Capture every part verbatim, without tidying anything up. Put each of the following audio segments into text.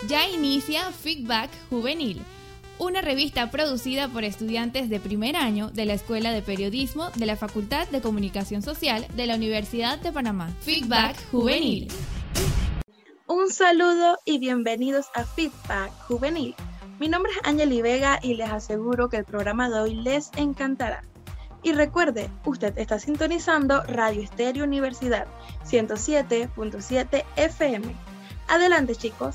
Ya inicia Feedback Juvenil, una revista producida por estudiantes de primer año de la Escuela de Periodismo de la Facultad de Comunicación Social de la Universidad de Panamá. Feedback Juvenil. Un saludo y bienvenidos a Feedback Juvenil. Mi nombre es Ángeli Vega y les aseguro que el programa de hoy les encantará. Y recuerde, usted está sintonizando Radio Estéreo Universidad ciento siete punto siete F M. Adelante, chicos.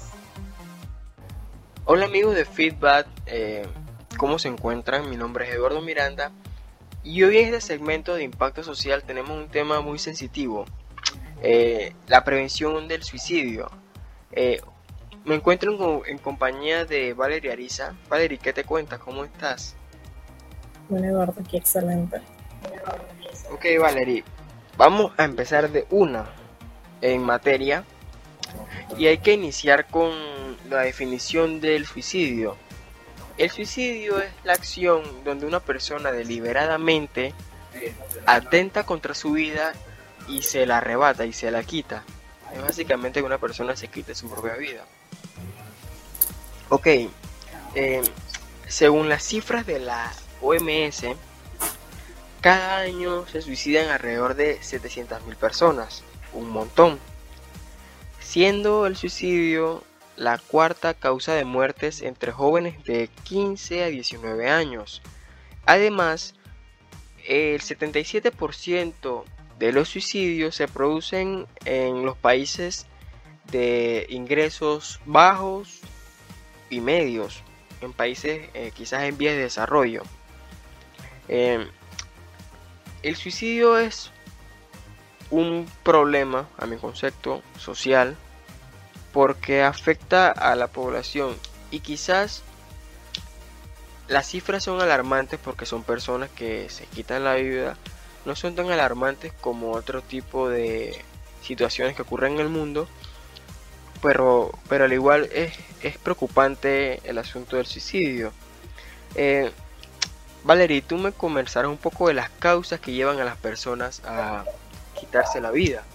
Hola amigos de Feedback, eh, ¿cómo se encuentran? Mi nombre es Eduardo Miranda y hoy en este segmento de impacto social tenemos un tema muy sensitivo, eh, la prevención del suicidio. Eh, me encuentro en, en compañía de Valeria Ariza. Valeria, ¿qué te cuentas? ¿Cómo estás? Bueno, Eduardo, aquí excelente. Ok, Valeria, vamos a empezar de una en materia y hay que iniciar con la definición del suicidio. El suicidio es la acción donde una persona deliberadamente atenta contra su vida y se la arrebata y se la quita. Es básicamente que una persona se quite su propia vida. Ok, eh, según las cifras de la O M S, cada año se suicidan alrededor de setecientas mil personas, un montón, siendo el suicidio la cuarta causa de muertes entre jóvenes de quince a diecinueve años. Además, el setenta y siete por ciento de los suicidios se producen en los países de ingresos bajos y medios, en países eh, quizás en vías de desarrollo. Eh, el suicidio es un problema, a mi concepto, social, porque afecta a la población y quizás las cifras son alarmantes porque son personas que se quitan la vida. No son tan alarmantes como otro tipo de situaciones que ocurren en el mundo, pero, pero al igual es, es preocupante el asunto del suicidio. Eh, Valerie, tú me conversarás un poco de las causas que llevan a las personas a quitarse la vida.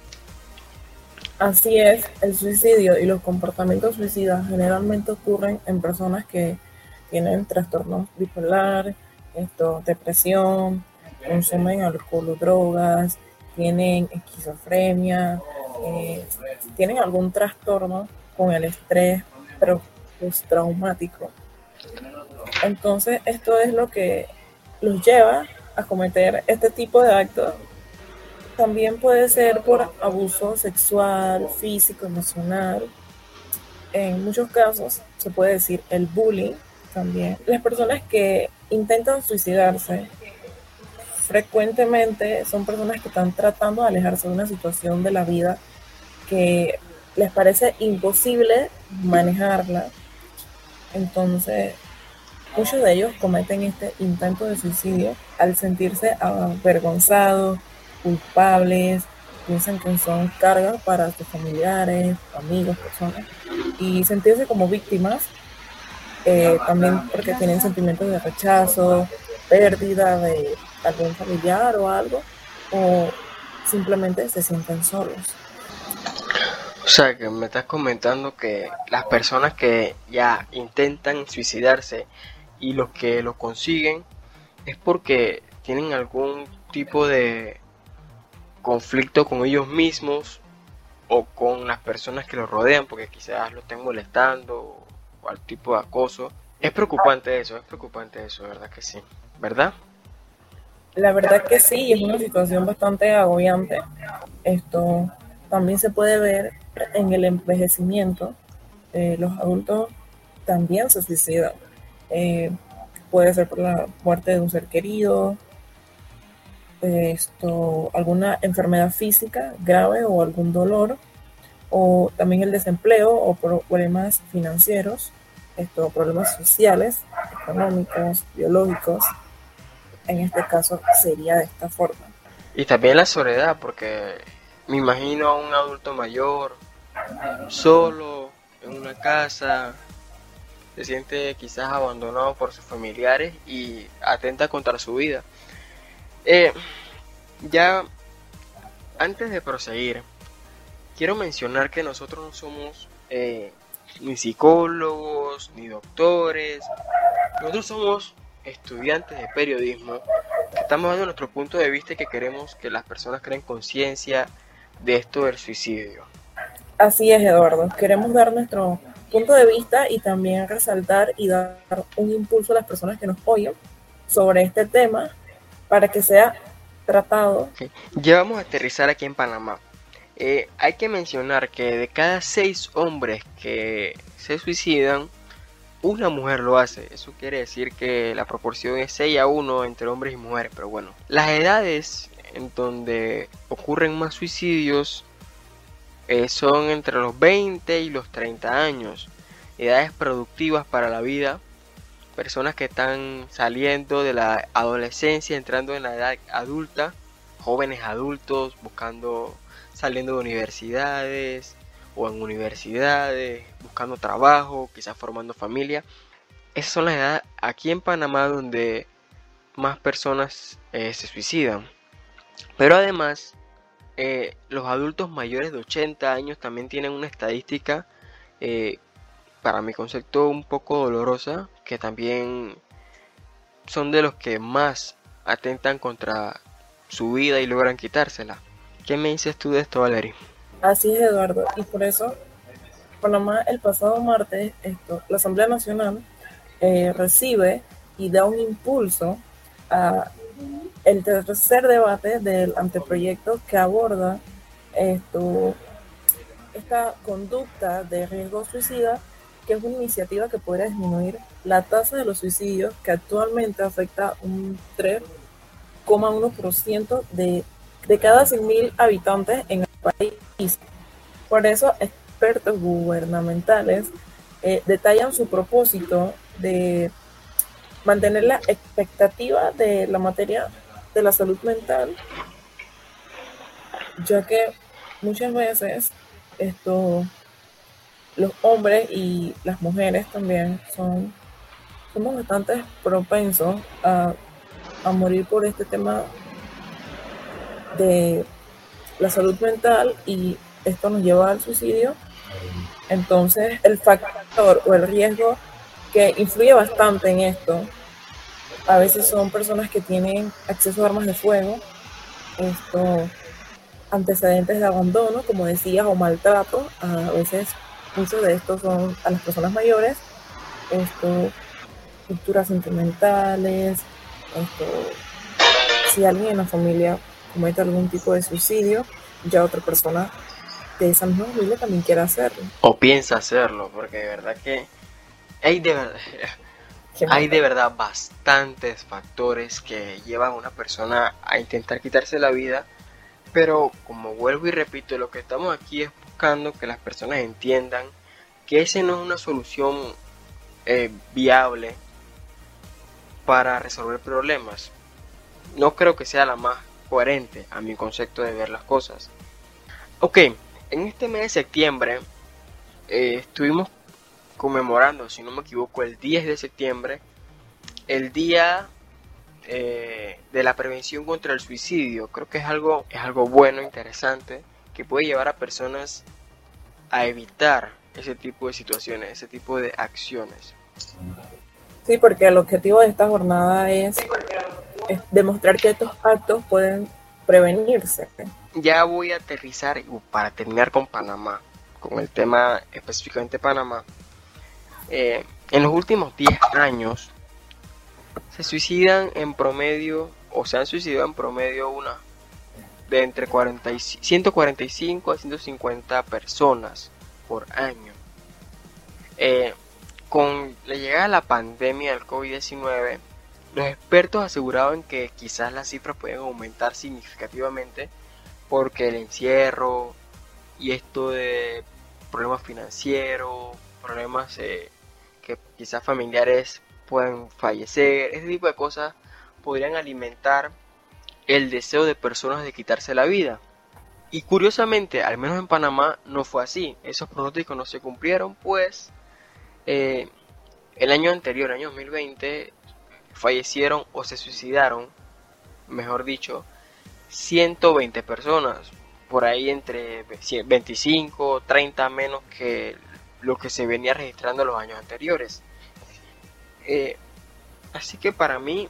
Así es, el suicidio y los comportamientos suicidas generalmente ocurren en personas que tienen trastorno bipolar, esto, depresión, consumen alcohol o drogas, tienen esquizofrenia, eh, tienen algún trastorno con el estrés postraumático. Entonces, esto es lo que los lleva a cometer este tipo de actos. También puede ser por abuso sexual, físico, emocional. En muchos casos se puede decir el bullying también. Las personas que intentan suicidarse frecuentemente son personas que están tratando de alejarse de una situación de la vida que les parece imposible manejarla. Entonces, muchos de ellos cometen este intento de suicidio al sentirse avergonzados, culpables, piensan que son cargas para sus familiares, amigos, personas, y sentirse como víctimas, eh, también porque tienen sentimientos de rechazo, pérdida de algún familiar o algo, o simplemente se sienten solos. O sea, que me estás comentando que las personas que ya intentan suicidarse y los que lo consiguen es porque tienen algún tipo de conflicto con ellos mismos o con las personas que los rodean, porque quizás lo estén molestando o al tipo de acoso. Es preocupante eso, es preocupante eso, ¿verdad que sí? ¿Verdad? La verdad que sí, es una situación bastante agobiante. Esto también se puede ver en el envejecimiento. Eh, los adultos también se suicidan. Eh, puede ser por la muerte de un ser querido, esto, alguna enfermedad física grave o algún dolor, o también el desempleo o problemas financieros, esto, problemas sociales, económicos, biológicos. En este caso sería de esta forma. Y también la soledad, porque me imagino a un adulto mayor, solo, en una casa, se siente quizás abandonado por sus familiares y atenta contra su vida. Eh, ya, antes de proseguir, quiero mencionar que nosotros no somos eh, ni psicólogos, ni doctores. Nosotros somos estudiantes de periodismo que estamos dando nuestro punto de vista y que queremos que las personas creen conciencia de esto del suicidio. Así es, Eduardo. Queremos dar nuestro punto de vista y también resaltar y dar un impulso a las personas que nos oyen sobre este tema para que sea tratado. Okay. Ya vamos a aterrizar aquí en Panamá. Eh, hay que mencionar que de cada seis hombres que se suicidan, una mujer lo hace. Eso quiere decir que la proporción es seis a uno entre hombres y mujeres. Pero bueno, las edades en donde ocurren más suicidios eh, son entre los veinte y los treinta años. Edades productivas para la vida. Personas que están saliendo de la adolescencia, entrando en la edad adulta. Jóvenes adultos buscando, saliendo de universidades o en universidades, buscando trabajo, quizás formando familia. Esas son las edades aquí en Panamá donde más personas eh, se suicidan. Pero además, eh, los adultos mayores de ochenta años también tienen una estadística, eh, para mi concepto, un poco dolorosa, que también son de los que más atentan contra su vida y logran quitársela. ¿Qué me dices tú de esto, Valerie? Así es, Eduardo, y por eso Panamá el pasado martes, esto, la Asamblea Nacional eh, recibe y da un impulso a el tercer debate del anteproyecto que aborda esto, esta conducta de riesgo suicida, que es una iniciativa que podría disminuir la tasa de los suicidios, que actualmente afecta un tres coma uno por ciento de, de cada cien mil habitantes en el país. Por eso, expertos gubernamentales eh, detallan su propósito de mantener la expectativa de la materia de la salud mental, ya que muchas veces esto, los hombres y las mujeres también son somos bastante propensos a, a morir por este tema de la salud mental, y esto nos lleva al suicidio. Entonces el factor o el riesgo que influye bastante en esto a veces son personas que tienen acceso a armas de fuego, esto, antecedentes de abandono, como decías, o maltrato. A veces muchos de estos son a las personas mayores, esto, rupturas sentimentales, esto, si alguien en la familia comete algún tipo de suicidio, ya otra persona de esa misma familia también quiere hacerlo. O piensa hacerlo, porque de verdad que hay de verdad, hay de verdad bastantes factores que llevan a una persona a intentar quitarse la vida. Pero como vuelvo y repito, lo que estamos aquí es buscando que las personas entiendan que esa no es una solución eh, viable para resolver problemas. No creo que sea la más coherente a mi concepto de ver las cosas. Ok, en este mes de septiembre eh, estuvimos conmemorando, si no me equivoco, el diez de septiembre, el día eh, de la prevención contra el suicidio. Creo que es algo, es algo bueno, interesante, que puede llevar a personas a evitar ese tipo de situaciones, ese tipo de acciones. Sí, porque el objetivo de esta jornada es, es demostrar que estos actos pueden prevenirse. Ya voy a aterrizar para terminar con Panamá, con el tema específicamente Panamá. Eh, en los últimos diez años se suicidan en promedio, o se han suicidado en promedio una de entre cuarenta y, ciento cuarenta y cinco a ciento cincuenta personas por año. Eh, con la llegada de la pandemia del COVID diecinueve, los expertos aseguraban que quizás las cifras pueden aumentar significativamente porque el encierro y esto de problemas financieros, problemas eh, que quizás familiares pueden fallecer, ese tipo de cosas podrían alimentar el deseo de personas de quitarse la vida. Y curiosamente, al menos en Panamá no fue así. Esos pronósticos no se cumplieron, pues eh, el año anterior, año dos mil veinte, fallecieron o se suicidaron, mejor dicho, ciento veinte personas, por ahí entre veinticinco, treinta menos que lo que se venía registrando en los años anteriores. Eh, así que para mí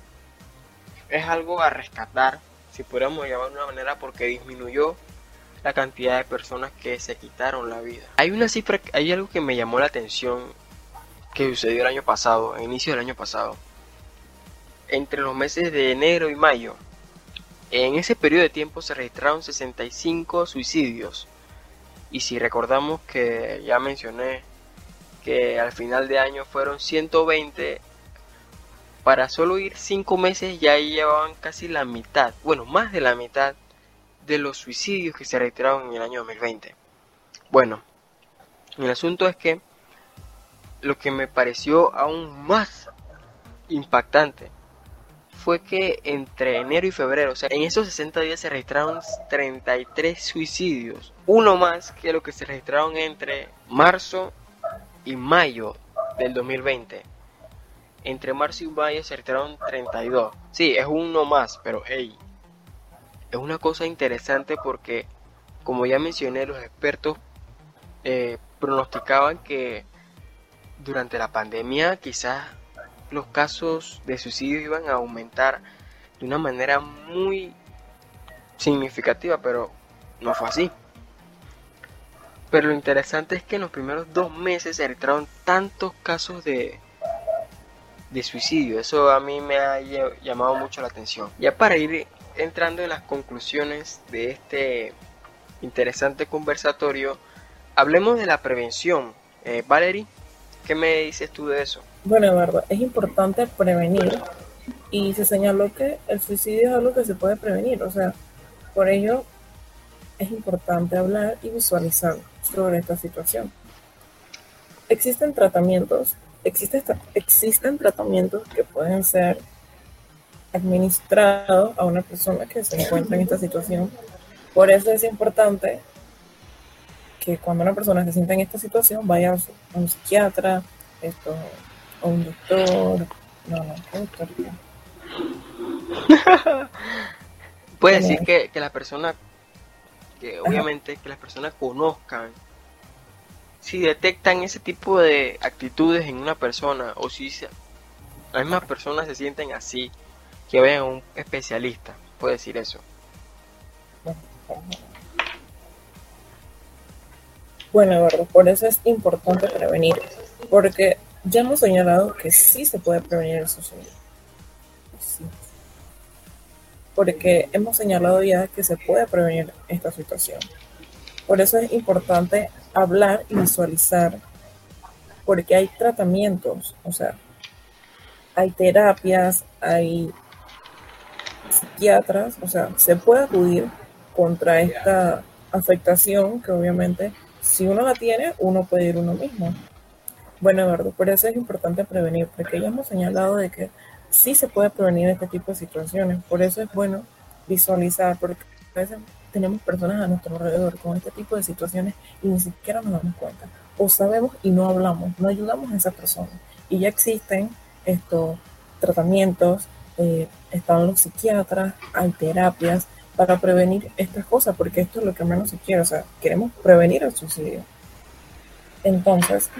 es algo a rescatar, si pudiéramos llamar de una manera, porque disminuyó la cantidad de personas que se quitaron la vida. Hay una cifra, hay algo que me llamó la atención que sucedió el año pasado, a inicio del año pasado. Entre los meses de enero y mayo, en ese periodo de tiempo se registraron sesenta y cinco suicidios. Y si recordamos que ya mencioné que al final de año fueron ciento veinte, para solo ir cinco meses ya llevaban casi la mitad, bueno, más de la mitad de los suicidios que se registraron en el año dos mil veinte. Bueno, el asunto es que lo que me pareció aún más impactante fue que entre enero y febrero, o sea, en esos sesenta días se registraron treinta y tres suicidios, uno más que lo que se registraron entre marzo y mayo del dos mil veinte. Entre marzo y mayo se registraron treinta y dos. Sí, es uno más, pero hey, es una cosa interesante porque, como ya mencioné, los expertos eh, pronosticaban que durante la pandemia quizás los casos de suicidio iban a aumentar de una manera muy significativa, pero no fue así. Pero lo interesante es que en los primeros dos meses se registraron tantos casos de, de suicidio. Eso a mí me ha llamado mucho la atención. Ya para ir entrando en las conclusiones de este interesante conversatorio, hablemos de la prevención. Eh, Valerie, ¿qué me dices tú de eso? Bueno, Eduardo, es importante prevenir y se señaló que el suicidio es algo que se puede prevenir, o sea, por ello es importante hablar y visualizar sobre esta situación. Existen tratamientos, existe, existen tratamientos que pueden ser administrados a una persona que se encuentra en esta situación. Por eso es importante que cuando una persona se sienta en esta situación vaya a un psiquiatra, esto, o un doctor. No, no, ¿qué doctor? Puede decir que, que la persona, que obviamente que las personas conozcan si detectan ese tipo de actitudes en una persona, o si se, las mismas personas se sienten así, que vayan a un especialista. Puede decir eso. Bueno, Eduardo, por eso es importante prevenir, porque ya hemos señalado que sí se puede prevenir el suicidio. Sí. Porque hemos señalado ya que se puede prevenir esta situación. Por eso es importante hablar y visualizar, porque hay tratamientos, o sea, hay terapias, hay psiquiatras, o sea, se puede acudir contra esta afectación que obviamente si uno la tiene, uno puede ir uno mismo. Bueno, Eduardo, por eso es importante prevenir, porque ya hemos señalado de que sí se puede prevenir este tipo de situaciones. Por eso es bueno visualizar, porque a veces tenemos personas a nuestro alrededor con este tipo de situaciones y ni siquiera nos damos cuenta. O sabemos y no hablamos, no ayudamos a esa persona. Y ya existen estos tratamientos, eh, están los psiquiatras, hay terapias para prevenir estas cosas, porque esto es lo que menos se quiere, o sea, queremos prevenir el suicidio. Entonces,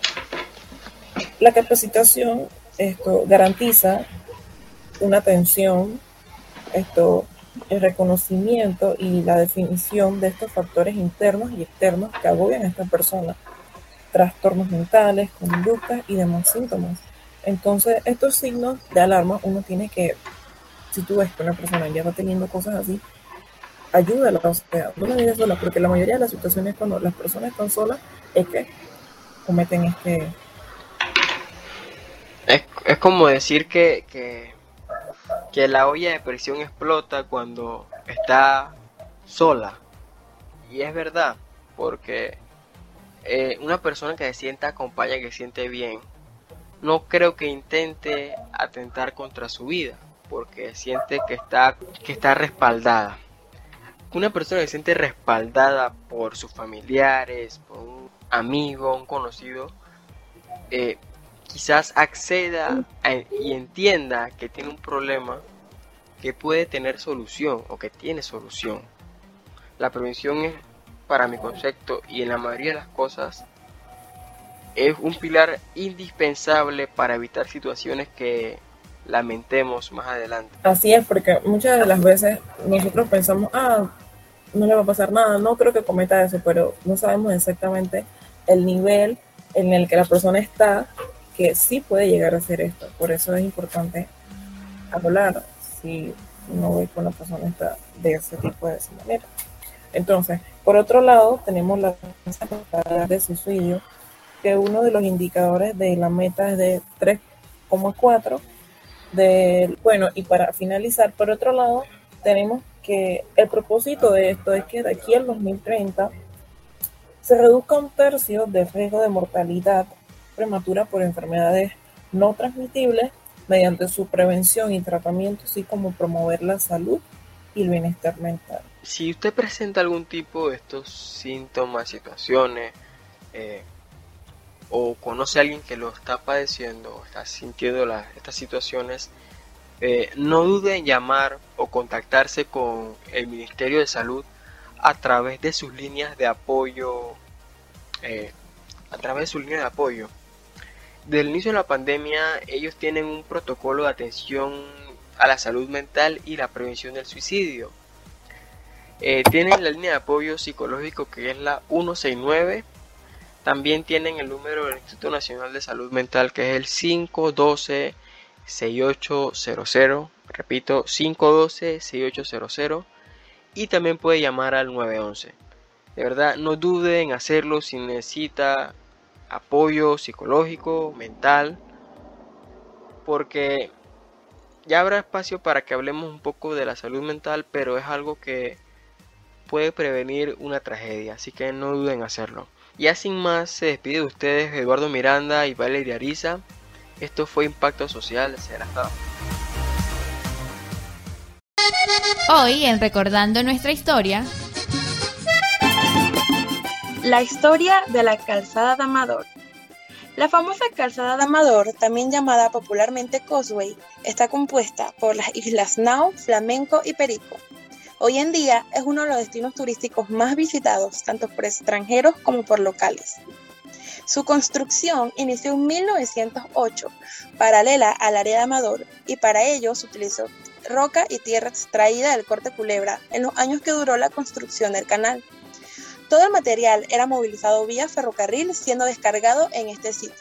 la capacitación esto garantiza una atención, esto, el reconocimiento y la definición de estos factores internos y externos que agobian a esta persona, trastornos mentales, conductas y demás síntomas. Entonces, estos signos de alarma uno tiene que, si tú ves que una persona ya va teniendo cosas así, ayúdala, o sea, no la dejes sola, porque la mayoría de las situaciones cuando las personas están solas es que cometen este... Es, es como decir que, que, que la olla de presión explota cuando está sola. Y es verdad, porque eh, una persona que se sienta acompañada, que se siente bien, no creo que intente atentar contra su vida, porque siente que está, que está respaldada. Una persona que se siente respaldada por sus familiares, por un amigo, un conocido, eh, quizás acceda a, y entienda que tiene un problema que puede tener solución o que tiene solución. La prevención es, para mi concepto y en la mayoría de las cosas, es un pilar indispensable para evitar situaciones que lamentemos más adelante. Así es, porque muchas de las veces nosotros pensamos, ah, no le va a pasar nada, no creo que cometa eso, pero no sabemos exactamente el nivel en el que la persona está, que sí puede llegar a hacer esto. Por eso es importante hablar si no ve que una persona está de ese tipo, de esa manera. Entonces, por otro lado, tenemos la tasa de suicidio, que uno de los indicadores de la meta es de tres coma cuatro. De, bueno, y para finalizar, por otro lado, tenemos que el propósito de esto es que de aquí al dos mil treinta se reduzca un tercio del riesgo de mortalidad prematura por enfermedades no transmitibles mediante su prevención y tratamiento, así como promover la salud y el bienestar mental. Si usted presenta algún tipo de estos síntomas, situaciones, eh, o conoce a alguien que lo está padeciendo o está sintiendo las, estas situaciones, eh, no dude en llamar o contactarse con el Ministerio de Salud a través de sus líneas de apoyo, eh, a través de sus líneas de apoyo. Desde el inicio de la pandemia, ellos tienen un protocolo de atención a la salud mental y la prevención del suicidio. Eh, tienen la línea de apoyo psicológico, que es la ciento sesenta y nueve. También tienen el número del Instituto Nacional de Salud Mental, que es el cinco uno dos, seis ocho cero cero. Repito, cinco uno dos, seis ocho cero cero. Y también puede llamar al nueve once. De verdad, no dude en hacerlo si necesita apoyo psicológico, mental, porque ya habrá espacio para que hablemos un poco de la salud mental, pero es algo que puede prevenir una tragedia, así que no duden en hacerlo. Ya sin más, se despide de ustedes Eduardo Miranda y Valeria Ariza. Esto fue Impacto Social. Será hasta hoy en Recordando Nuestra Historia. La historia de la Calzada de Amador. La famosa Calzada de Amador, también llamada popularmente Causeway, está compuesta por las islas Nao, Flamenco y Perico. Hoy en día es uno de los destinos turísticos más visitados, tanto por extranjeros como por locales. Su construcción inició en mil novecientos ocho, paralela al área de Amador, y para ello se utilizó roca y tierra extraída del Corte Culebra en los años que duró la construcción del canal. Todo el material era movilizado vía ferrocarril, siendo descargado en este sitio.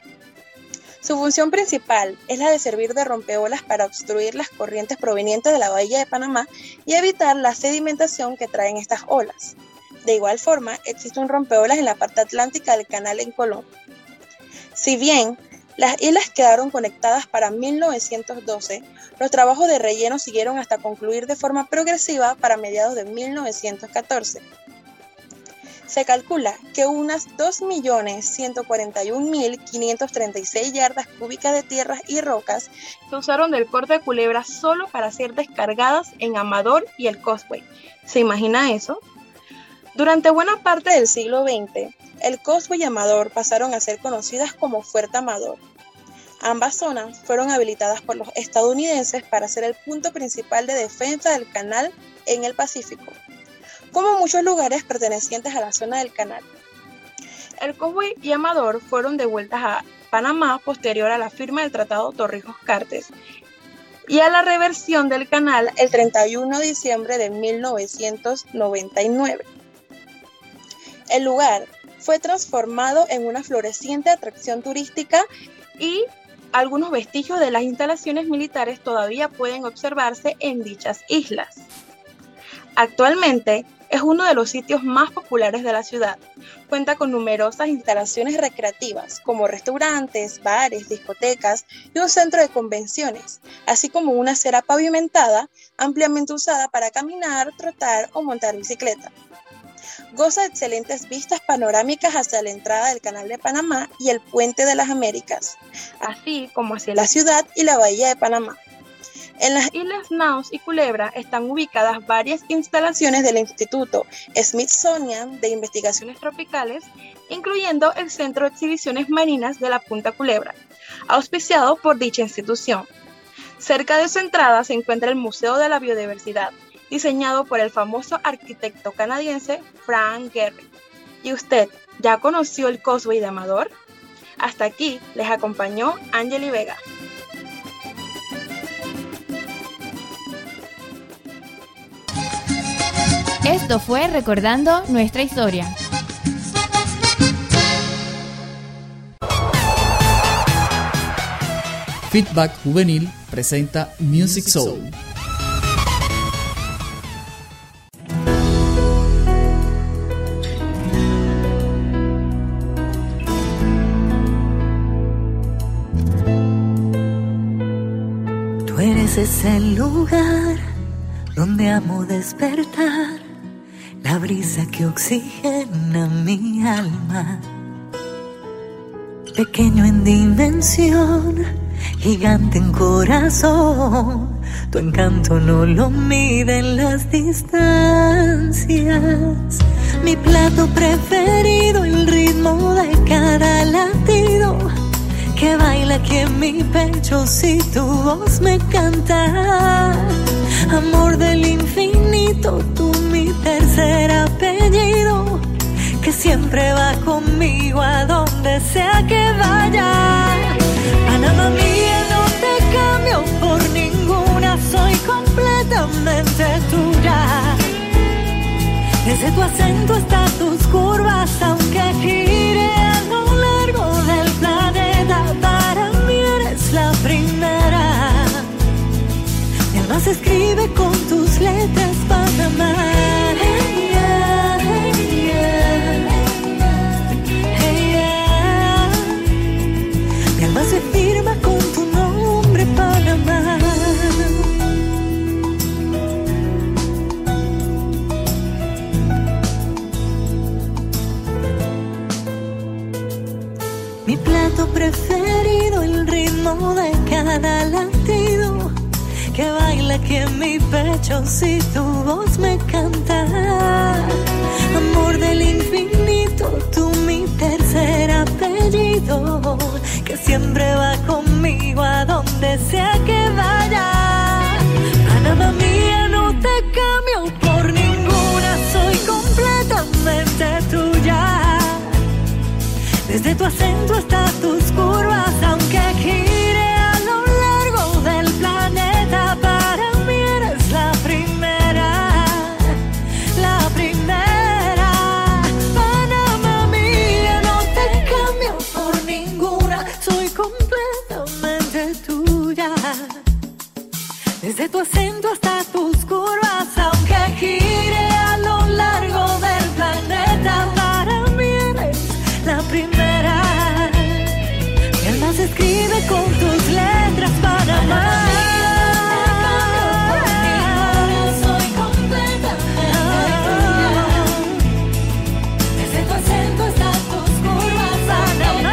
Su función principal es la de servir de rompeolas para obstruir las corrientes provenientes de la bahía de Panamá y evitar la sedimentación que traen estas olas. De igual forma, existe un rompeolas en la parte atlántica del canal en Colón. Si bien las islas quedaron conectadas para mil novecientos doce, los trabajos de relleno siguieron hasta concluir de forma progresiva para mediados de mil novecientos catorce. Se calcula que unas dos millones ciento cuarenta y un mil quinientas treinta y seis yardas cúbicas de tierras y rocas se usaron del Corte de Culebra solo para ser descargadas en Amador y el Causeway. ¿Se imagina eso? Durante buena parte del siglo veinte, el Causeway y Amador pasaron a ser conocidas como Fuerte Amador. Ambas zonas fueron habilitadas por los estadounidenses para ser el punto principal de defensa del canal en el Pacífico, como muchos lugares pertenecientes a la zona del canal. El Causeway y Amador fueron devueltas a Panamá posterior a la firma del Tratado Torrijos-Cartes y a la reversión del canal el treinta y uno de diciembre de mil novecientos noventa y nueve. El lugar fue transformado en una floreciente atracción turística y algunos vestigios de las instalaciones militares todavía pueden observarse en dichas islas. Actualmente es uno de los sitios más populares de la ciudad. Cuenta con numerosas instalaciones recreativas como restaurantes, bares, discotecas y un centro de convenciones, así como una acera pavimentada ampliamente usada para caminar, trotar o montar bicicleta. Goza de excelentes vistas panorámicas hacia la entrada del Canal de Panamá y el Puente de las Américas, así como hacia la ciudad y la Bahía de Panamá. En las islas Naos y Culebra están ubicadas varias instalaciones del Instituto Smithsonian de Investigaciones Tropicales, incluyendo el Centro de Exhibiciones Marinas de la Punta Culebra, auspiciado por dicha institución. Cerca de su entrada se encuentra el Museo de la Biodiversidad, diseñado por el famoso arquitecto canadiense Frank Gehry. ¿Y usted ya conoció el Causeway de Amador? Hasta aquí les acompañó Angeli Vega. Esto fue Recordando Nuestra Historia. Feedback Juvenil presenta Music Soul. Tú eres ese lugar donde amo despertar, la brisa que oxigena mi alma. Pequeño en dimensión, gigante en corazón, tu encanto no lo miden las distancias. Mi plato preferido, el ritmo de cada latido que baila aquí en mi pecho si tu voz me canta. Amor del infinito, tú mi tercer apellido, que siempre va conmigo a donde sea que vaya. Panamá mía, no te cambio por ninguna, soy completamente tuya. Desde tu acento hasta tus curvas, aunque gire a lo largo del planeta, para mí eres la primera. Mi alma se escribe con tus letras, Panamá. Hey, yeah, hey, yeah. Hey, yeah. Mi alma se firma con tu nombre, Panamá. Mi plato preferido, el ritmo de cada latido que baila aquí en mi pecho si tu voz me canta. Amor del infinito, tú mi tercer apellido, que siempre va conmigo a donde sea que vaya. Panamá mía, no te cambio por ninguna, soy completamente tuya. Desde tu acento hasta tus curvas, aunque gire a lo largo del planeta, para mí eres la primera, la primera. Panamá mía, no te cambio por ninguna, soy completamente tuya. Desde tu acento hasta tus curvas, aunque gire a lo largo del planeta, para mí eres la primera. Mi alma se escribe con tus letras, Panamá. Soy completamente tuya. Desde tu acento hasta tus curvas, Panamá.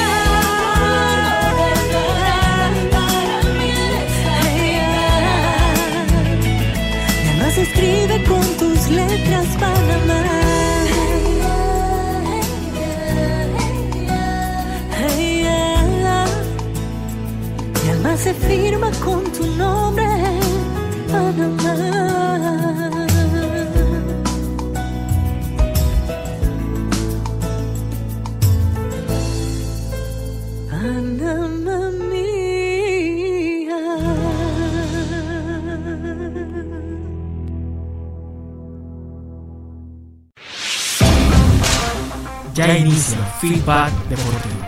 Para mí eres la primera. Mi alma se escribe con tus letras, Panamá. Se firma con tu nombre, Panamá. Panamá mía. Ya inicia Feedback Deportivo.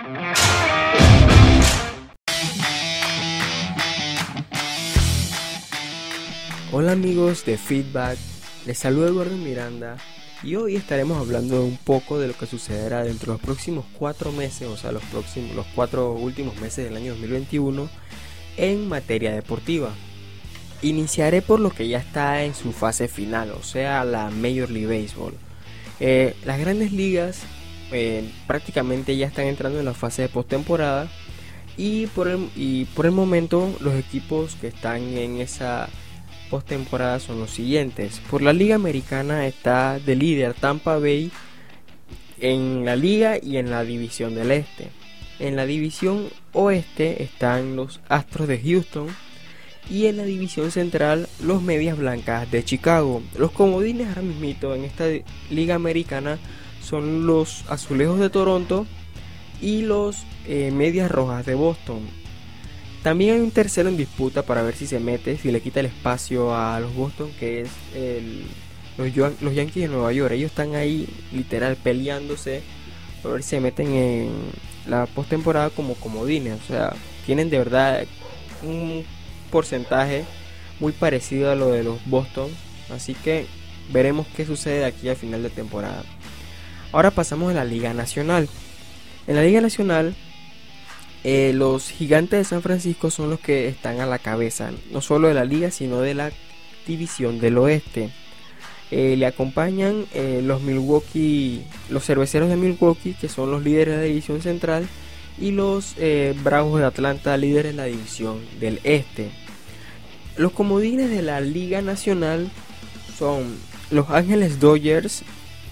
Hola amigos de Feedback, les saluda Eduardo Miranda y hoy estaremos hablando un poco de lo que sucederá dentro de los próximos cuatro meses, o sea los próximos, los cuatro últimos meses del año dos mil veintiuno en materia deportiva. Iniciaré por lo que ya está en su fase final, o sea la Major League Baseball. Eh, las grandes ligas eh, prácticamente ya están entrando en la fase de postemporada y por el, y por el momento los equipos que están en esa postemporada son los siguientes. Por la Liga Americana está de líder Tampa Bay en la liga y en la división del este. En la división oeste están los Astros de Houston y en la división central los Medias Blancas de Chicago. Los comodines ahora mismito en esta liga americana son los Azulejos de Toronto y los eh, Medias Rojas de Boston. También hay un tercero en disputa para ver si se mete, si le quita el espacio a los Boston, que es el, los, los Yankees de Nueva York. Ellos están ahí literal peleándose a ver si se meten en la postemporada como comodines. O sea, tienen de verdad un porcentaje muy parecido a lo de los Boston. Así que veremos qué sucede aquí al final de temporada. Ahora pasamos a la Liga Nacional. En la Liga Nacional, eh, los Gigantes de San Francisco son los que están a la cabeza, no solo de la liga, sino de la división del oeste. Eh, le acompañan eh, los Milwaukee, los Cerveceros de Milwaukee, que son los líderes de la división central, y los eh, Bravos de Atlanta, líderes de la división del este. Los comodines de la Liga Nacional son los Ángeles Dodgers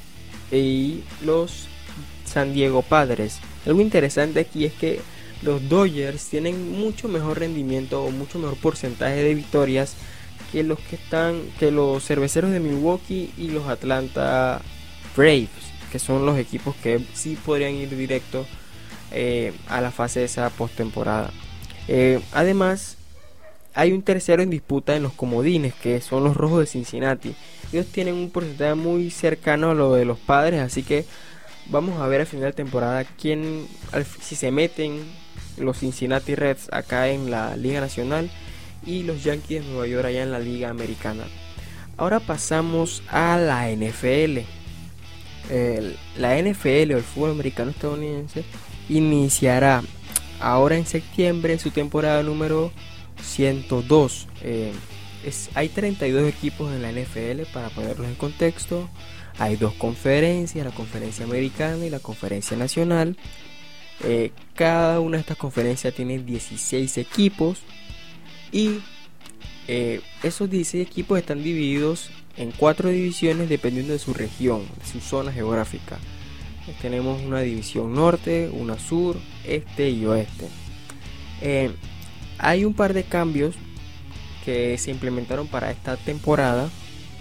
y los San Diego Padres. Algo interesante aquí es que los Dodgers tienen mucho mejor rendimiento o mucho mejor porcentaje de victorias que los que están que los Cerveceros de Milwaukee y los Atlanta Braves, que son los equipos que sí podrían ir directo eh, a la fase de esa postemporada. Eh, además, hay un tercero en disputa en los comodines, que son los Rojos de Cincinnati. Ellos tienen un porcentaje muy cercano a lo de los Padres, así que vamos a ver al final de temporada quién, si se meten los Cincinnati Reds acá en la Liga Nacional y los Yankees de Nueva York allá en la Liga Americana. Ahora pasamos a la N F L. El, la N F L o el fútbol americano estadounidense iniciará ahora en septiembre su temporada número ciento dos. Eh, es, hay treinta y dos equipos en la N F L, para ponerlos en contexto. Hay dos conferencias, la conferencia americana y la conferencia nacional. Eh, cada una de estas conferencias tiene dieciséis equipos y eh, esos dieciséis equipos están divididos en cuatro divisiones dependiendo de su región, de su zona geográfica. Eh, tenemos una división norte, una sur, este y oeste. Eh, hay un par de cambios que se implementaron para esta temporada.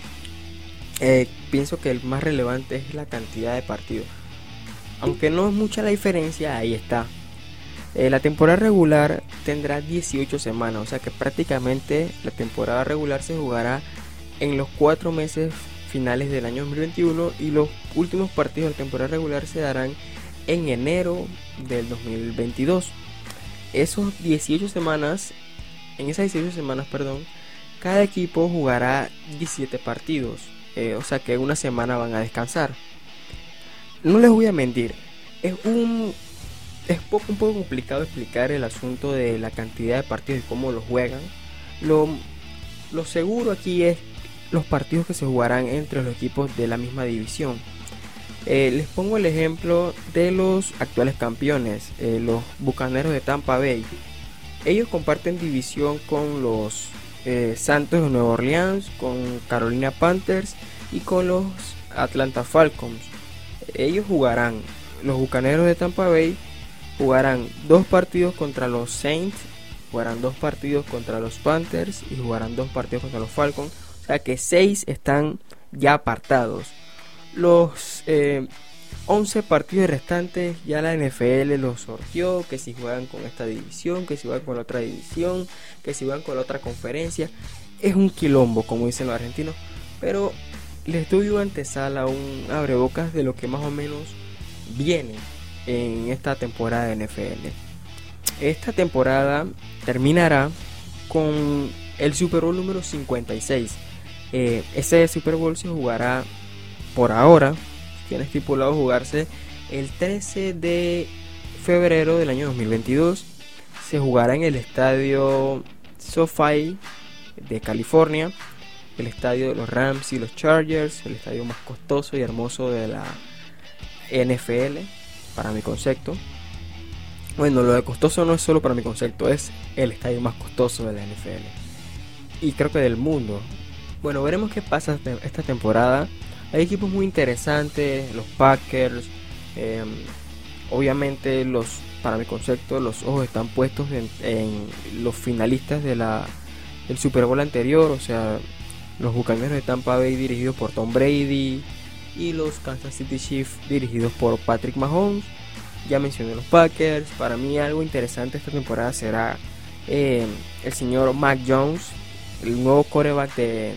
Eh, pienso que el más relevante es la cantidad de partidos. Aunque no es mucha la diferencia, ahí está. Eh, la temporada regular tendrá dieciocho semanas, o sea que prácticamente la temporada regular se jugará en los cuatro meses finales del año dos mil veintiuno y los últimos partidos de la temporada regular se darán en enero del dos mil veintidós. Esos dieciocho semanas, en esas dieciocho semanas, perdón, cada equipo jugará diecisiete partidos, eh, o sea que una semana van a descansar. No les voy a mentir, es un es poco, un poco complicado explicar el asunto de la cantidad de partidos y cómo los juegan. Lo, lo seguro aquí es los partidos que se jugarán entre los equipos de la misma división. Eh, les pongo el ejemplo de los actuales campeones, eh, los Bucaneros de Tampa Bay. Ellos comparten división con los eh, Santos de Nueva Orleans, con Carolina Panthers y con los Atlanta Falcons. Ellos jugarán, los Bucaneros de Tampa Bay jugarán dos partidos contra los Saints, jugarán dos partidos contra los Panthers y jugarán dos partidos contra los Falcons. O sea que seis están ya apartados. Los eh, once partidos restantes ya la N F L los sorteó, que si juegan con esta división, que si juegan con la otra división, que si juegan con la otra conferencia. Es un quilombo, como dicen los argentinos, pero les doy una antesala, un abrebocas de lo que más o menos viene en esta temporada de N F L. Esta temporada terminará con el Super Bowl número cincuenta y seis. Eh, ese Super Bowl se jugará por ahora, tiene estipulado jugarse el trece de febrero del año dos mil veintidós. Se jugará en el estadio SoFi de California, el estadio de los Rams y los Chargers, el estadio más costoso y hermoso de la N F L, para mi concepto. Bueno, lo de costoso no es solo para mi concepto, es el estadio más costoso de la N F L y creo que del mundo. Bueno, veremos qué pasa esta temporada. Hay equipos muy interesantes, los Packers, eh, obviamente los, para mi concepto, los ojos están puestos en, en los finalistas de la, del Super Bowl anterior, o sea, los Bucaneros de Tampa Bay dirigidos por Tom Brady y los Kansas City Chiefs dirigidos por Patrick Mahomes. ya mencioné los Packers. Para mí algo interesante esta temporada será eh, el señor Mac Jones, el nuevo quarterback de,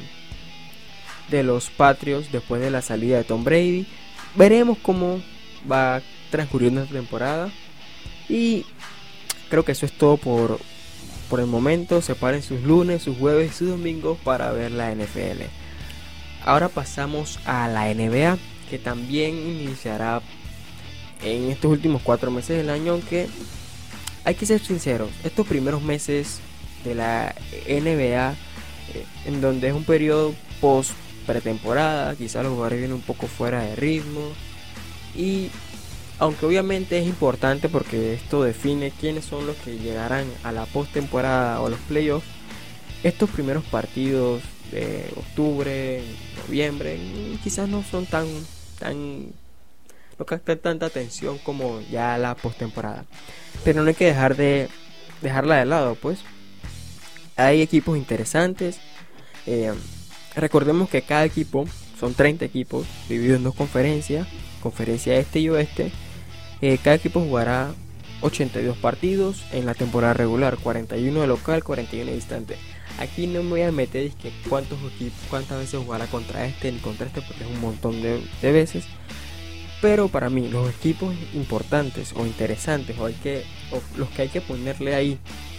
de los Patriots después de la salida de Tom Brady. Veremos cómo va transcurriendo esta temporada. Y creo que eso es todo por, por el momento. Separen sus lunes, sus jueves y sus domingos para ver la N F L. Ahora pasamos a la N B A, que también iniciará en estos últimos cuatro meses del año, aunque hay que ser sinceros, estos primeros meses de la N B A, eh, en donde es un periodo post pretemporada, quizás los jugadores vienen un poco fuera de ritmo, y aunque obviamente es importante porque esto define quiénes son los que llegarán a la postemporada o los playoffs, estos primeros partidos de octubre, noviembre, quizás no son tan tan no captan tanta atención como ya la postemporada, pero no hay que dejar de dejarla de lado. Pues hay equipos interesantes. Eh, recordemos que cada equipo son treinta equipos divididos en dos conferencias, conferencia este y oeste. Eh, cada equipo jugará ochenta y dos partidos en la temporada regular, cuarenta y uno de local, cuarenta y uno de distante. Aquí no me voy a meter es que cuántos equipos, cuántas veces jugará contra este ni contra este, porque es un montón de, de veces. Pero para mí los equipos importantes o interesantes o, hay que, o los que hay que ponerle ahí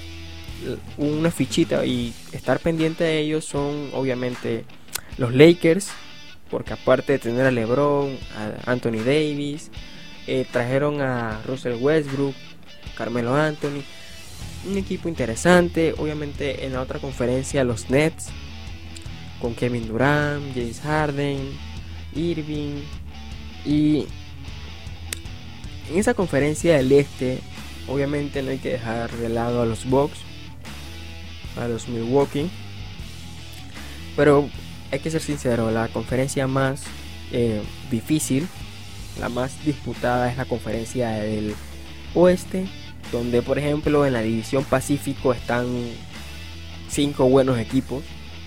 una fichita y estar pendiente de ellos son obviamente los Lakers, porque aparte de tener a LeBron, a Anthony Davis, eh, trajeron a Russell Westbrook, Carmelo Anthony, un equipo interesante. Obviamente en la otra conferencia los Nets con Kevin Durant, James Harden, Irving. Y en esa conferencia del este, obviamente no hay que dejar de lado a los Bucks, a los Milwaukee. Pero hay que ser sincero, la conferencia más eh, difícil, la más disputada es la conferencia del oeste, donde por ejemplo en la división Pacífico están cinco buenos equipos.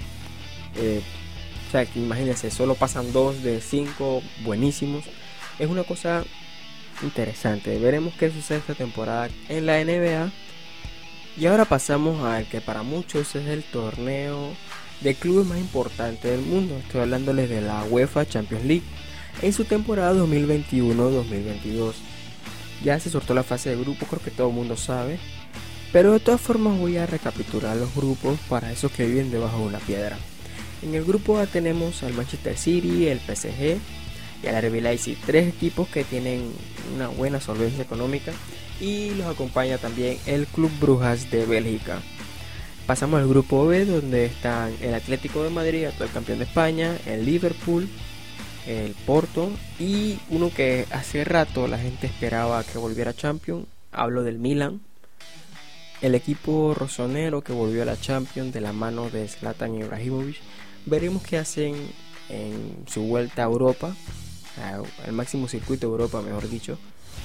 Eh, O sea, que imagínense, solo pasan dos de cinco buenísimos. Es una cosa interesante. Veremos qué sucede esta temporada en la N B A. Y ahora pasamos al que para muchos es el torneo de clubes más importante del mundo. Estoy hablándoles de la UEFA Champions League en su temporada dos mil veintiuno dos mil veintidós. Ya se sortó la fase de grupo, creo que todo el mundo sabe. Pero de todas formas voy a recapitular los grupos para esos que viven debajo de una piedra. En el grupo A tenemos al Manchester City, el P S G y al R B Leipzig, tres equipos que tienen una buena solvencia económica, y los acompaña también el Club Brujas de Bélgica. Pasamos al grupo B, donde están el Atlético de Madrid, actual campeón de España, el Liverpool, el Porto y uno que hace rato la gente esperaba que volviera Champions, hablo del Milan. El equipo rosonero que volvió a la Champions de la mano de Zlatan Ibrahimovic. Veremos qué hacen en su vuelta a Europa, al máximo circuito de Europa, mejor dicho.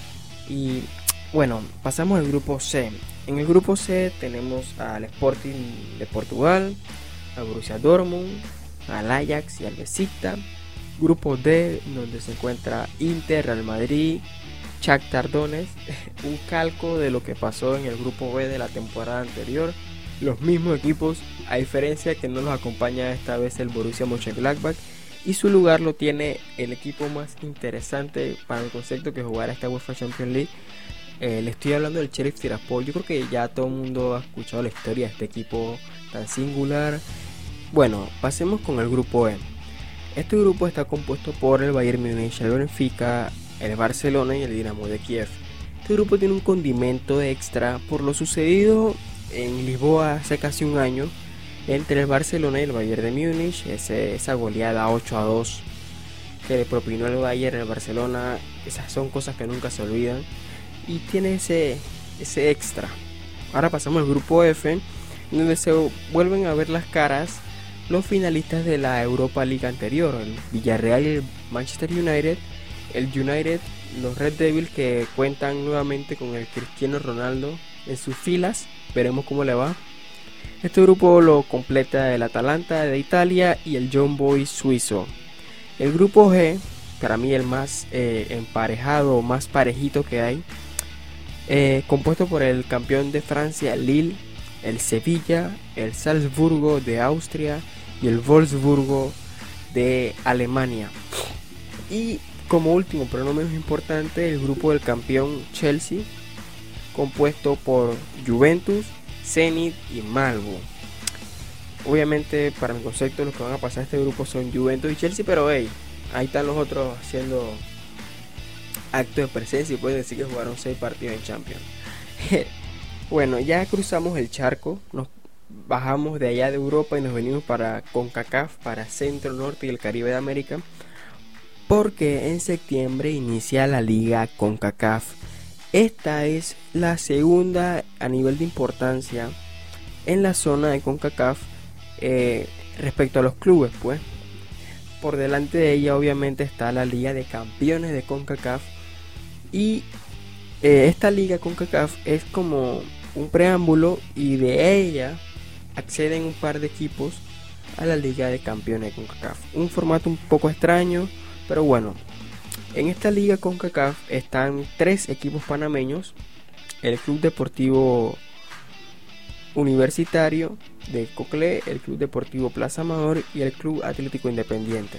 Y bueno, pasamos al grupo C. En el grupo C tenemos al Sporting de Portugal, al Borussia Dortmund, al Ajax y al Besiktas. Grupo D, donde se encuentra Inter, Real Madrid, Shakhtar Donetsk, un calco de lo que pasó en el grupo B de la temporada anterior. Los mismos equipos, a diferencia que no los acompaña esta vez el Borussia Mönchengladbach, y su lugar lo tiene el equipo más interesante para el concepto que jugará esta UEFA Champions League. Eh, le estoy hablando del Sheriff Tiraspol. Yo creo que ya todo el mundo ha escuchado la historia de este equipo tan singular. Bueno, pasemos con el grupo E. Este grupo está compuesto por el Bayern Múnich, el Benfica, el Barcelona y el Dinamo de Kiev. Este grupo tiene un condimento extra por lo sucedido en Lisboa hace casi un año entre el Barcelona y el Bayern de Múnich, ese, esa goleada ocho a dos que le propinó el Bayern al Barcelona. Esas son cosas que nunca se olvidan y tiene ese, ese extra. Ahora pasamos al grupo F, donde se vuelven a ver las caras los finalistas de la Europa League anterior, el Villarreal y el Manchester United. El United, los Red Devils, que cuentan nuevamente con el Cristiano Ronaldo en sus filas. Veremos cómo le va. Este grupo lo completa el Atalanta de Italia y el Young Boys suizo. El grupo G, para mí el más eh, emparejado, más parejito que hay, eh, compuesto por el campeón de Francia Lille, el Sevilla, el Salzburgo de Austria y el Wolfsburgo de Alemania. Y como último, pero no menos importante, el grupo del campeón Chelsea, compuesto por Juventus, Zenit y Malmo. Obviamente, para mi concepto, los que van a pasar a este grupo son Juventus y Chelsea, pero hey, ahí están los otros haciendo acto de presencia y pueden decir que jugaron seis partidos en Champions. Bueno, ya cruzamos el charco, nos bajamos de allá de Europa y nos venimos para CONCACAF, para Centro, Norte y el Caribe de América, porque en septiembre inicia la Liga CONCACAF. Esta es la segunda a nivel de importancia en la zona de CONCACAF eh, respecto a los clubes, pues. Por delante de ella obviamente está la Liga de Campeones de CONCACAF y eh, esta Liga CONCACAF es como un preámbulo y de ella acceden un par de equipos a la Liga de Campeones de CONCACAF. Un formato un poco extraño, pero bueno, en esta Liga CONCACAF están tres equipos panameños: el Club Deportivo Universitario de Coclé, el Club Deportivo Plaza Amador y el Club Atlético Independiente.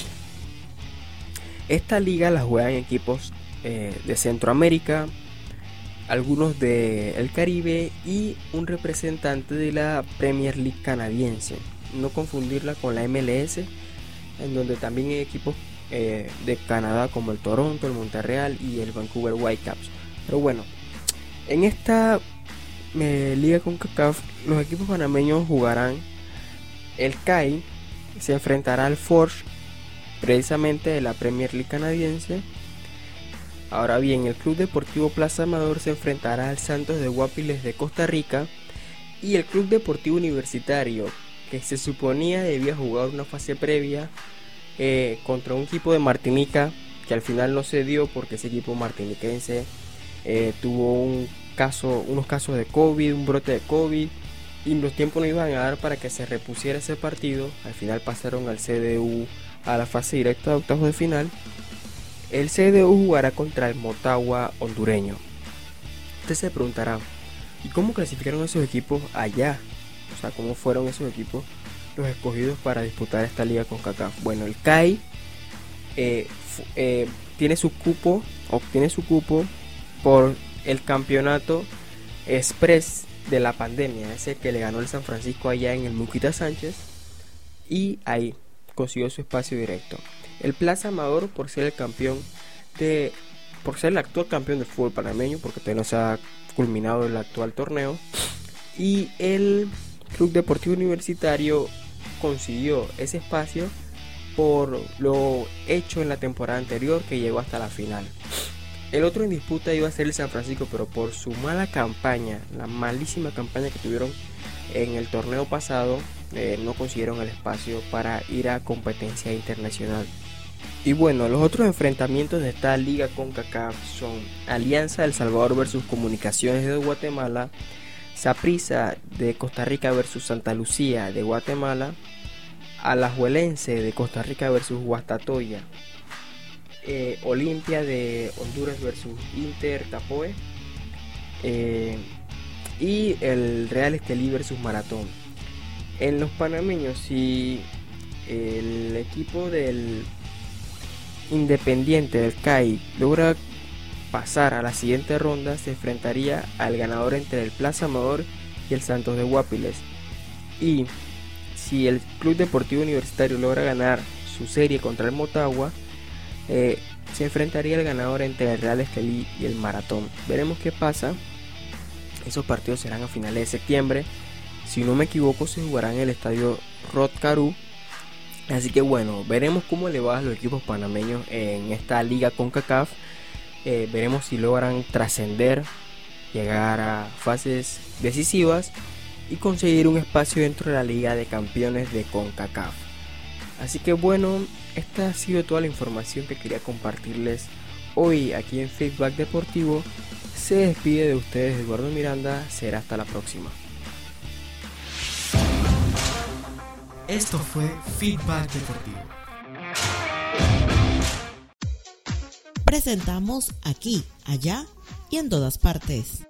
Esta liga la juegan equipos eh, de Centroamérica, algunos del Caribe y un representante de la Premier League canadiense. No confundirla con la M L S, en donde también hay equipos eh, de Canadá como el Toronto, el Montreal y el Vancouver Whitecaps. Pero bueno, en esta eh, liga CONCACAF los equipos panameños jugarán. El C A I se enfrentará al Forge, precisamente de la Premier League canadiense. Ahora bien, el Club Deportivo Plaza Amador se enfrentará al Santos de Guapiles de Costa Rica, y el Club Deportivo Universitario, que se suponía debía jugar una fase previa eh, contra un equipo de Martinica, que al final no se dio porque ese equipo martiniquense eh, tuvo un caso, unos casos de COVID, un brote de COVID, y los tiempos no iban a dar para que se repusiera ese partido. Al final pasaron al C D U a la fase directa de octavos de final. El C D U jugará contra el Motagua hondureño. Usted se preguntará, ¿y cómo clasificaron esos equipos allá? O sea, ¿cómo fueron esos equipos los escogidos para disputar esta liga CONCACAF? Bueno, el C A I eh, eh, tiene su cupo, obtiene su cupo por el campeonato express de la pandemia, ese que le ganó el San Francisco allá en el Muquita Sánchez, y ahí consiguió su espacio directo. El Plaza Amador, por ser el campeón de, por ser el actual campeón del fútbol panameño, porque todavía no se ha culminado el actual torneo, y el Club Deportivo Universitario consiguió ese espacio por lo hecho en la temporada anterior, que llegó hasta la final. El otro en disputa iba a ser el San Francisco, pero por su mala campaña, la malísima campaña que tuvieron en el torneo pasado, eh, no consiguieron el espacio para ir a competencia internacional. Y bueno, los otros enfrentamientos de esta liga CONCACAF son Alianza del Salvador versus Comunicaciones de Guatemala, Saprissa de Costa Rica versus Santa Lucía de Guatemala, Alajuelense de Costa Rica versus Guastatoya, eh, Olimpia de Honduras versus Inter Tapoe, eh, y el Real Estelí versus Maratón. En los panameños, si el equipo del Independiente del C A I logra pasar a la siguiente ronda, se enfrentaría al ganador entre el Plaza Amador y el Santos de Guapiles. Y si el Club Deportivo Universitario logra ganar su serie contra el Motagua, eh, se enfrentaría al ganador entre el Real Estelí y el Maratón. Veremos qué pasa. Esos partidos serán a finales de septiembre. Si no me equivoco, se jugarán en el estadio Rod Caru. Así que bueno, veremos cómo le va a los equipos panameños en esta liga CONCACAF. Eh, veremos si logran trascender, llegar a fases decisivas y conseguir un espacio dentro de la Liga de Campeones de CONCACAF. Así que bueno, esta ha sido toda la información que quería compartirles hoy aquí en Feedback Deportivo. Se despide de ustedes Eduardo Miranda, será hasta la próxima. Esto fue Feedback Deportivo. Presentamos aquí, allá y en todas partes.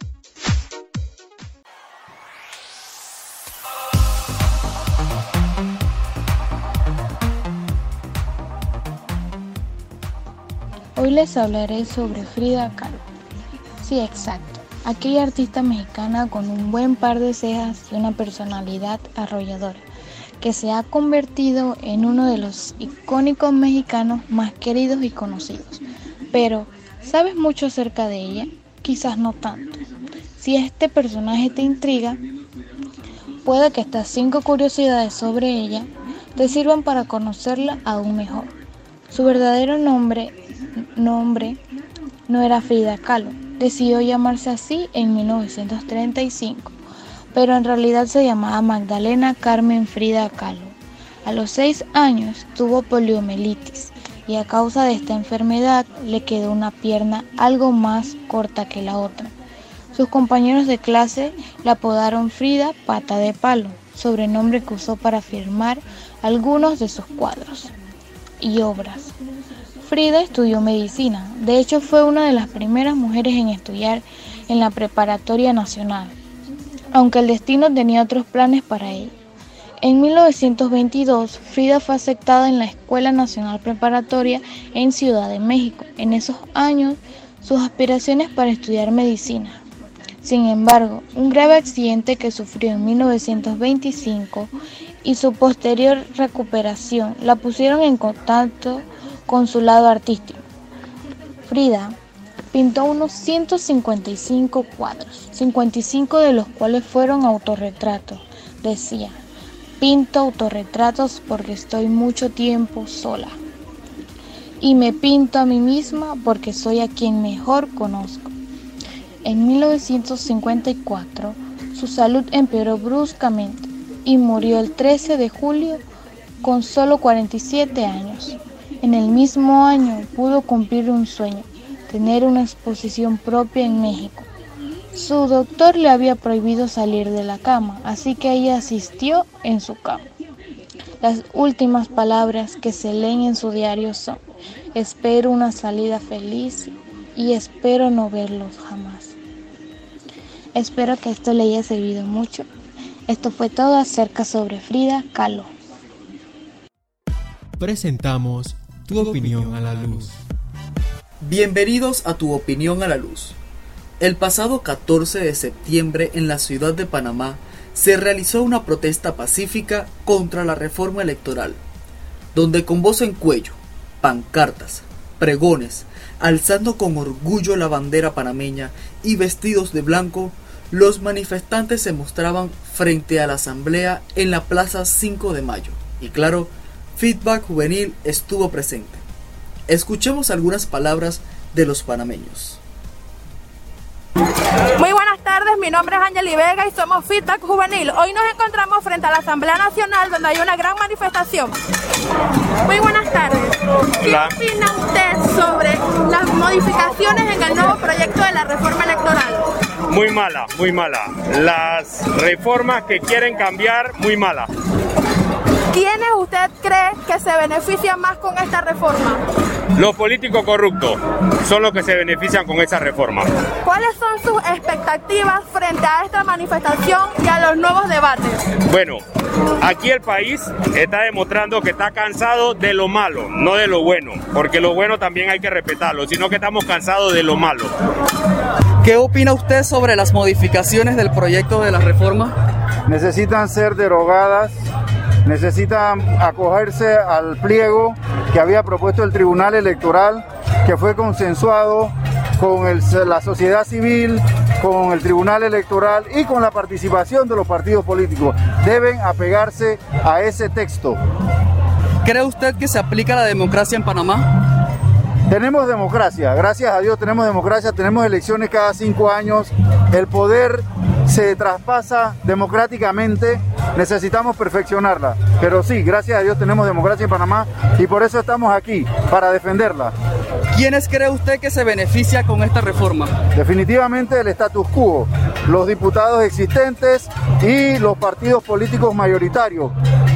Hoy les hablaré sobre Frida Kahlo. Sí, exacto. Aquella artista mexicana con un buen par de cejas y una personalidad arrolladora, que se ha convertido en uno de los icónicos mexicanos más queridos y conocidos. Pero, ¿sabes mucho acerca de ella? Quizás no tanto. Si este personaje te intriga, puede que estas cinco curiosidades sobre ella te sirvan para conocerla aún mejor. Su verdadero nombre, nombre no era Frida Kahlo. Decidió llamarse así en mil novecientos treinta y cinco, pero en realidad se llamaba Magdalena Carmen Frida Kahlo. A los seis años tuvo poliomielitis y a causa de esta enfermedad le quedó una pierna algo más corta que la otra. Sus compañeros de clase la apodaron Frida Pata de Palo, sobrenombre que usó para firmar algunos de sus cuadros y obras. Frida estudió medicina, de hecho fue una de las primeras mujeres en estudiar en la Preparatoria Nacional, aunque el destino tenía otros planes para ella. En mil novecientos veintidós, Frida fue aceptada en la Escuela Nacional Preparatoria en Ciudad de México. En esos años, sus aspiraciones para estudiar medicina. Sin embargo, un grave accidente que sufrió en mil novecientos veinticinco y su posterior recuperación la pusieron en contacto con su lado artístico. Frida pintó unos ciento cincuenta y cinco cuadros, cincuenta y cinco de los cuales fueron autorretratos. Decía: pinto autorretratos porque estoy mucho tiempo sola. Y me pinto a mí misma porque soy a quien mejor conozco. En mil novecientos cincuenta y cuatro, su salud empeoró bruscamente y murió el trece de julio con solo cuarenta y siete años. En el mismo año pudo cumplir un sueño, tener una exposición propia en México. Su doctor le había prohibido salir de la cama, así que ella asistió en su cama. Las últimas palabras que se leen en su diario son: espero una salida feliz y espero no verlos jamás. Espero que esto le haya servido mucho. Esto fue todo acerca sobre Frida Kahlo. Presentamos Tu opinión a la luz. Bienvenidos a Tu opinión a la luz. El pasado catorce de septiembre en la ciudad de Panamá se realizó una protesta pacífica contra la reforma electoral, donde con voz en cuello, pancartas, pregones, alzando con orgullo la bandera panameña y vestidos de blanco, los manifestantes se mostraban frente a la asamblea en la plaza cinco de mayo. Y claro, Feedback Juvenil estuvo presente. Escuchemos algunas palabras de los panameños. Muy buenas tardes, mi nombre es Ángel Vega y somos Feedback Juvenil. Hoy nos encontramos frente a la Asamblea Nacional donde hay una gran manifestación. Muy buenas tardes. ¿Qué Hola. opina usted sobre las modificaciones en el nuevo proyecto de la reforma electoral? Muy mala, muy mala. Las reformas que quieren cambiar, muy mala. ¿Quiénes usted cree que se benefician más con esta reforma? Los políticos corruptos son los que se benefician con esa reforma. ¿Cuáles son sus expectativas frente a esta manifestación y a los nuevos debates? Bueno, aquí el país está demostrando que está cansado de lo malo, no de lo bueno, porque lo bueno también hay que respetarlo, sino que estamos cansados de lo malo. ¿Qué opina usted sobre las modificaciones del proyecto de la reforma? Necesitan ser derogadas. Necesitan acogerse al pliego que había propuesto el Tribunal Electoral, que fue consensuado con el, la sociedad civil, con el Tribunal Electoral y con la participación de los partidos políticos. Deben apegarse a ese texto. ¿Cree usted que se aplica la democracia en Panamá? Tenemos democracia, gracias a Dios tenemos democracia, tenemos elecciones cada cinco años, el poder se traspasa democráticamente, necesitamos perfeccionarla, pero sí, gracias a Dios tenemos democracia en Panamá y por eso estamos aquí, para defenderla. ¿Quiénes cree usted que se beneficia con esta reforma? Definitivamente el status quo, los diputados existentes y los partidos políticos mayoritarios,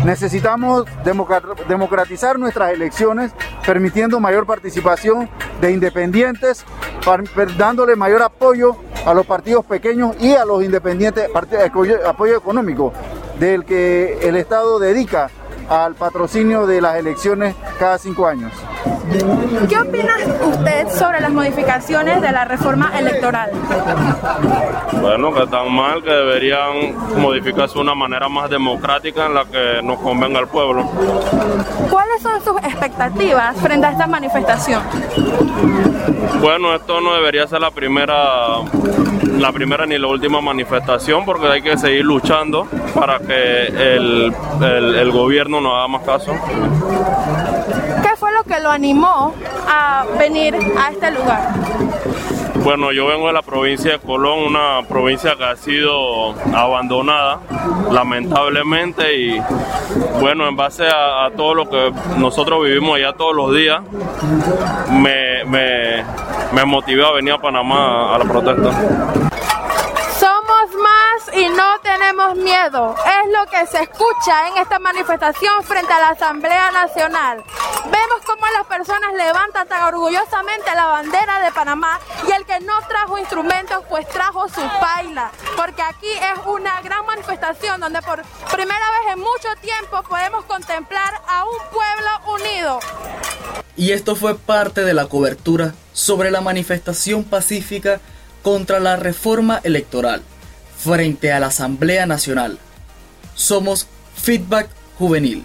Necesitamos democratizar nuestras elecciones, permitiendo mayor participación de independientes, dándole mayor apoyo a los partidos pequeños y a los independientes, apoyo económico del que el Estado dedica al patrocinio de las elecciones cada cinco años. ¿Qué opina usted sobre las modificaciones de la reforma electoral? Bueno, que están mal, que deberían modificarse de una manera más democrática en la que nos convenga al pueblo. ¿Cuáles son sus expectativas frente a esta manifestación? Bueno, esto no debería ser la primera, la primera ni la última manifestación, porque hay que seguir luchando para que el, el, el gobierno nos haga más caso. ¿Qué fue lo que lo animó a venir a este lugar? Bueno, yo vengo de la provincia de Colón, una provincia que ha sido abandonada, lamentablemente, y bueno, en base a, a todo lo que nosotros vivimos allá todos los días, me, me, me motivé a venir a Panamá a la protesta. Somos más y no tenemos miedo. Es lo que se escucha en esta manifestación frente a la Asamblea Nacional. Vemos cómo las personas levantan tan orgullosamente la bandera de Panamá y el que no trajo instrumentos pues trajo su paila. Porque aquí es una gran manifestación donde por primera vez en mucho tiempo podemos contemplar a un pueblo unido. Y esto fue parte de la cobertura sobre la manifestación pacífica contra la reforma electoral frente a la Asamblea Nacional. Somos Feedback Juvenil.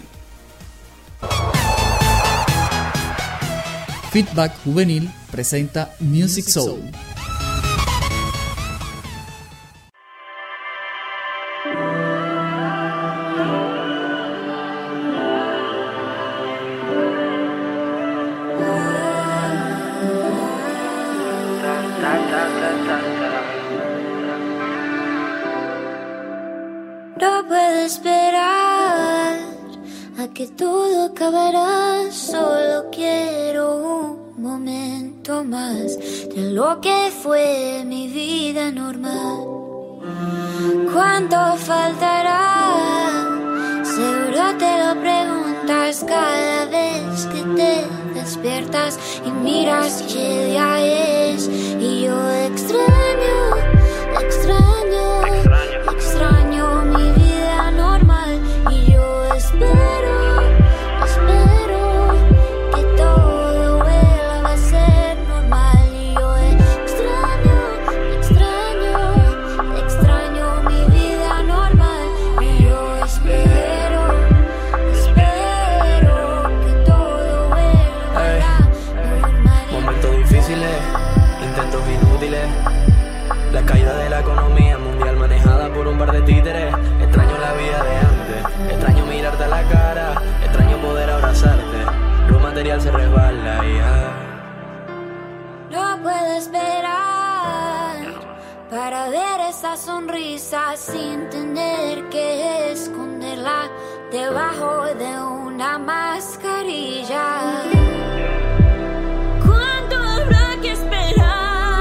Feedback Juvenil presenta Music Soul. No puedo esperar a que todo acabará. Solo quiero un momento más de lo que fue mi vida normal. ¿Cuánto faltará? Seguro te lo preguntas cada vez que te despiertas y miras qué día es. Y yo extraño, extraño, extraño mi vida normal. Y yo espero, espero que todo vuelva a ser normal. Y yo extraño, extraño, extraño mi vida normal. Y yo espero, espero que todo vuelva hey. a normal. Momentos difíciles, intentos inútiles, la caída de la economía mundial manejada por un par de títeres. Extraño la vida de antes, extraño mirarte a la cara, extraño poder abrazarte. Lo material se resbala y ya. No puedo esperar para ver esa sonrisa sin tener que esconderla debajo de una mascarilla. ¿Cuánto habrá que esperar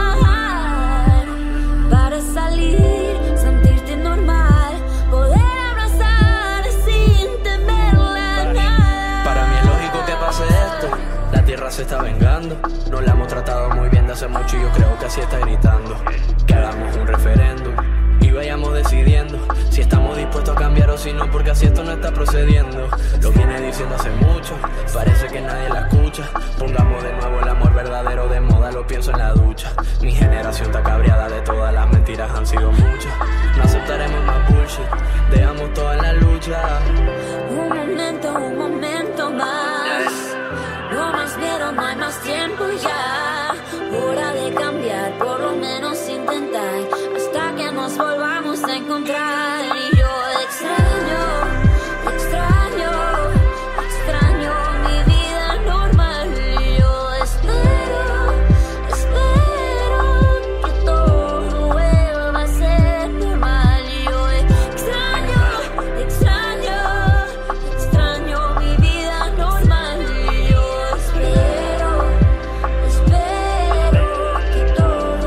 para salir, sentirte normal, poder abrazar sin temerle a nada? Para mí es lógico que pase esto. La tierra se está vengando. Nos la hemos tratado muy bien de hace mucho y yo creo que así está gritando. Que hagamos un referéndum y vayamos decidiendo si estamos dispuestos a cambiar o si no, porque así esto no está procediendo. Lo viene diciendo hace mucho, parece que nadie la escucha. Pongamos de nuevo el amor verdadero de moda, lo pienso en la ducha. Mi generación está cabreada de todas las mentiras, han sido muchas. No aceptaremos más bullshit, dejamos toda la lucha. Un momento, un momento más. No más miedo, no hay más tiempo ya. Hora de cambiar, por lo menos intentar, hasta que nos volvamos a encontrar. Y yo extraño, extraño, extraño mi vida normal. Y yo espero, espero que todo vuelva a ser normal. Y yo extraño, extraño, extraño mi vida normal. Y yo espero, espero que todo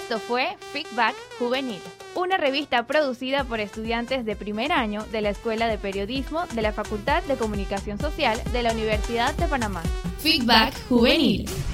Esto fue Feedback Juvenil, una revista producida por estudiantes de primer año de la Escuela de Periodismo de la Facultad de Comunicación Social de la Universidad de Panamá. Feedback Juvenil.